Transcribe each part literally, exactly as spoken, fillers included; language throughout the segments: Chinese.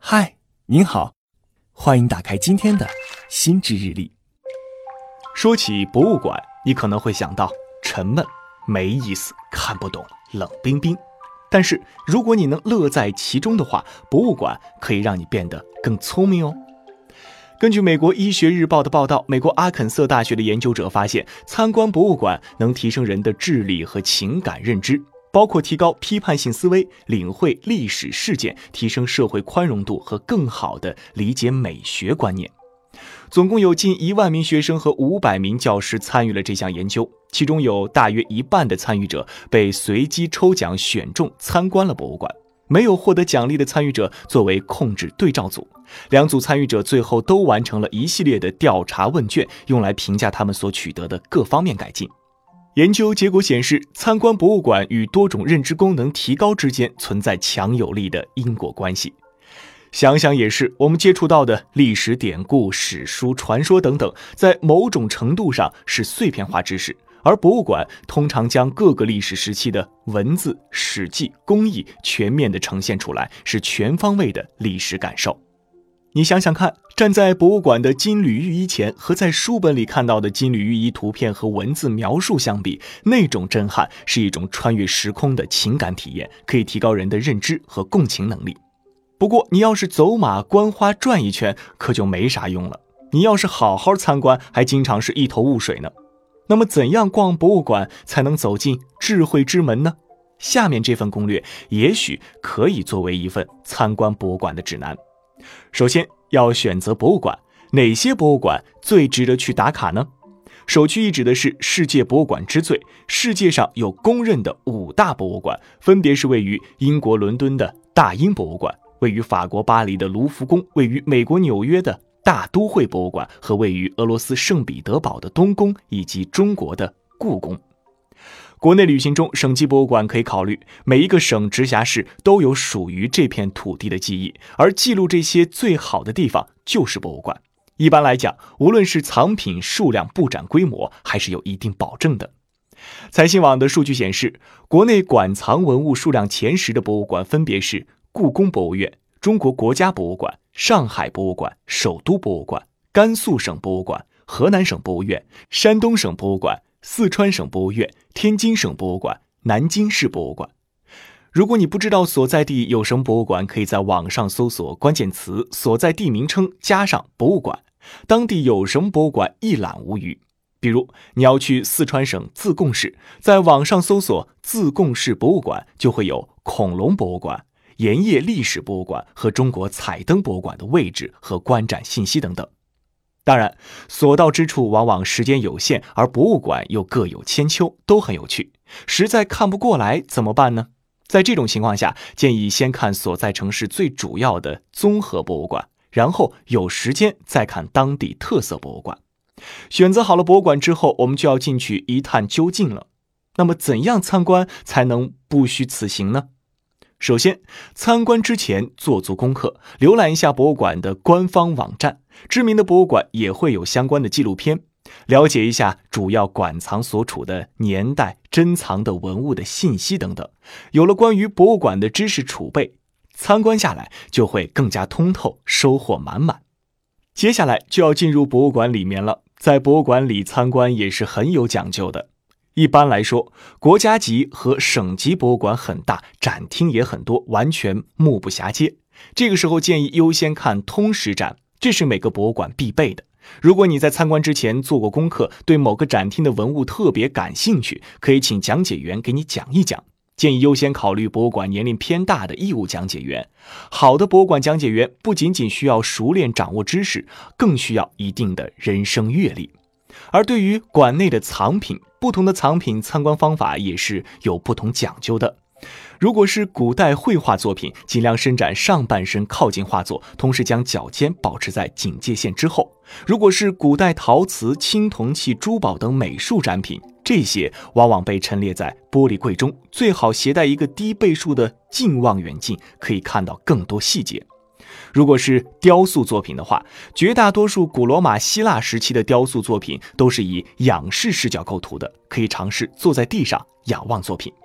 嗨，您好，欢迎打开今天的心智日历。 说起博物馆，你可能会想到沉闷、没意思、看不懂、冷冰冰。但是如果你能乐在其中的话，博物馆可以让你变得更聪明哦。根据美国医学日报的报道，美国阿肯色大学的研究者发现，参观博物馆能提升人的智力和情感认知，包括提高批判性思维、领会历史事件、提升社会宽容度和更好地理解美学观念。总共有近一万名学生和五百名教师参与了这项研究，其中有大约一半的参与者被随机抽奖选中参观了博物馆，没有获得奖励的参与者作为控制对照组。两组参与者最后都完成了一系列的调查问卷，用来评价他们所取得的各方面改进。研究结果显示，参观博物馆与多种认知功能提高之间存在强有力的因果关系。想想也是，我们接触到的历史典故、史书、传说等等，在某种程度上是碎片化知识，而博物馆通常将各个历史时期的文字、史记、工艺全面地呈现出来，是全方位的历史感受。你想想看，站在博物馆的金缕玉衣前，和在书本里看到的金缕玉衣图片和文字描述相比，那种震撼是一种穿越时空的情感体验，可以提高人的认知和共情能力。不过你要是走马观花转一圈，可就没啥用了。你要是好好参观，还经常是一头雾水呢。那么怎样逛博物馆才能走进智慧之门呢？下面这份攻略也许可以作为一份参观博物馆的指南。首先要选择博物馆，哪些博物馆最值得去打卡呢？首屈一指的是世界博物馆之最，世界上有公认的五大博物馆，分别是位于英国伦敦的大英博物馆，位于法国巴黎的卢浮宫，位于美国纽约的大都会博物馆和位于俄罗斯圣彼得堡的东宫，以及中国的故宫。国内旅行中，省级博物馆可以考虑，每一个省直辖市都有属于这片土地的记忆，而记录这些最好的地方就是博物馆。一般来讲，无论是藏品数量、布展规模，还是有一定保证的。财新网的数据显示，国内馆藏文物数量前十的博物馆分别是故宫博物院、中国国家博物馆、上海博物馆、首都博物馆、甘肃省博物馆、河南省博物院、山东省博物馆、四川省博物院、天津省博物馆、南京市博物馆。如果你不知道所在地有什么博物馆，可以在网上搜索关键词所在地名称加上博物馆，当地有什么博物馆一览无余。比如你要去四川省自贡市，在网上搜索自贡市博物馆，就会有恐龙博物馆、盐业历史博物馆和中国彩灯博物馆的位置和观展信息等等。当然，所到之处往往时间有限，而博物馆又各有千秋，都很有趣。实在看不过来怎么办呢？在这种情况下，建议先看所在城市最主要的综合博物馆，然后有时间再看当地特色博物馆。选择好了博物馆之后，我们就要进去一探究竟了。那么怎样参观才能不虚此行呢？首先，参观之前做足功课，浏览一下博物馆的官方网站，知名的博物馆也会有相关的纪录片，了解一下主要馆藏所处的年代、珍藏的文物的信息等等。有了关于博物馆的知识储备，参观下来就会更加通透，收获满满。接下来就要进入博物馆里面了，在博物馆里参观也是很有讲究的。一般来说，国家级和省级博物馆很大，展厅也很多，完全目不暇接。这个时候建议优先看通识展，这是每个博物馆必备的。如果你在参观之前做过功课，对某个展厅的文物特别感兴趣，可以请讲解员给你讲一讲。建议优先考虑博物馆年龄偏大的义务讲解员。好的博物馆讲解员不仅仅需要熟练掌握知识，更需要一定的人生阅历。而对于馆内的藏品，不同的藏品参观方法也是有不同讲究的。如果是古代绘画作品，尽量伸展上半身靠近画作，同时将脚尖保持在警戒线之后。如果是古代陶瓷、青铜器、珠宝等美术展品，这些往往被陈列在玻璃柜中，最好携带一个低倍数的近望远镜，可以看到更多细节。如果是雕塑作品的话，绝大多数古罗马、希腊时期的雕塑作品都是以仰视视角构图的，可以尝试坐在地上仰望作品。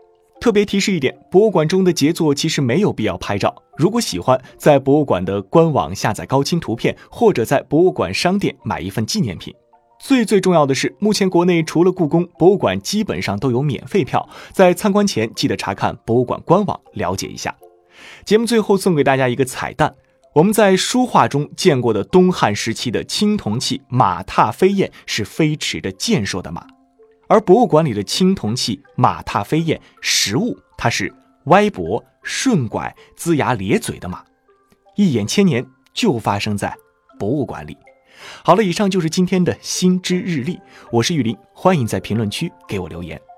特别提示一点，博物馆中的杰作其实没有必要拍照，如果喜欢，在博物馆的官网下载高清图片，或者在博物馆商店买一份纪念品。最最重要的是，目前国内除了故宫，博物馆基本上都有免费票，在参观前记得查看博物馆官网了解一下。节目最后送给大家一个彩蛋，我们在书画中见过的东汉时期的青铜器马踏飞燕是飞驰着健硕的马，而博物馆里的青铜器马踏飞燕实物它是歪脖顺拐龇牙咧嘴的马，一眼千年就发生在博物馆里。好了，以上就是今天的新知日历，我是玉林，欢迎在评论区给我留言。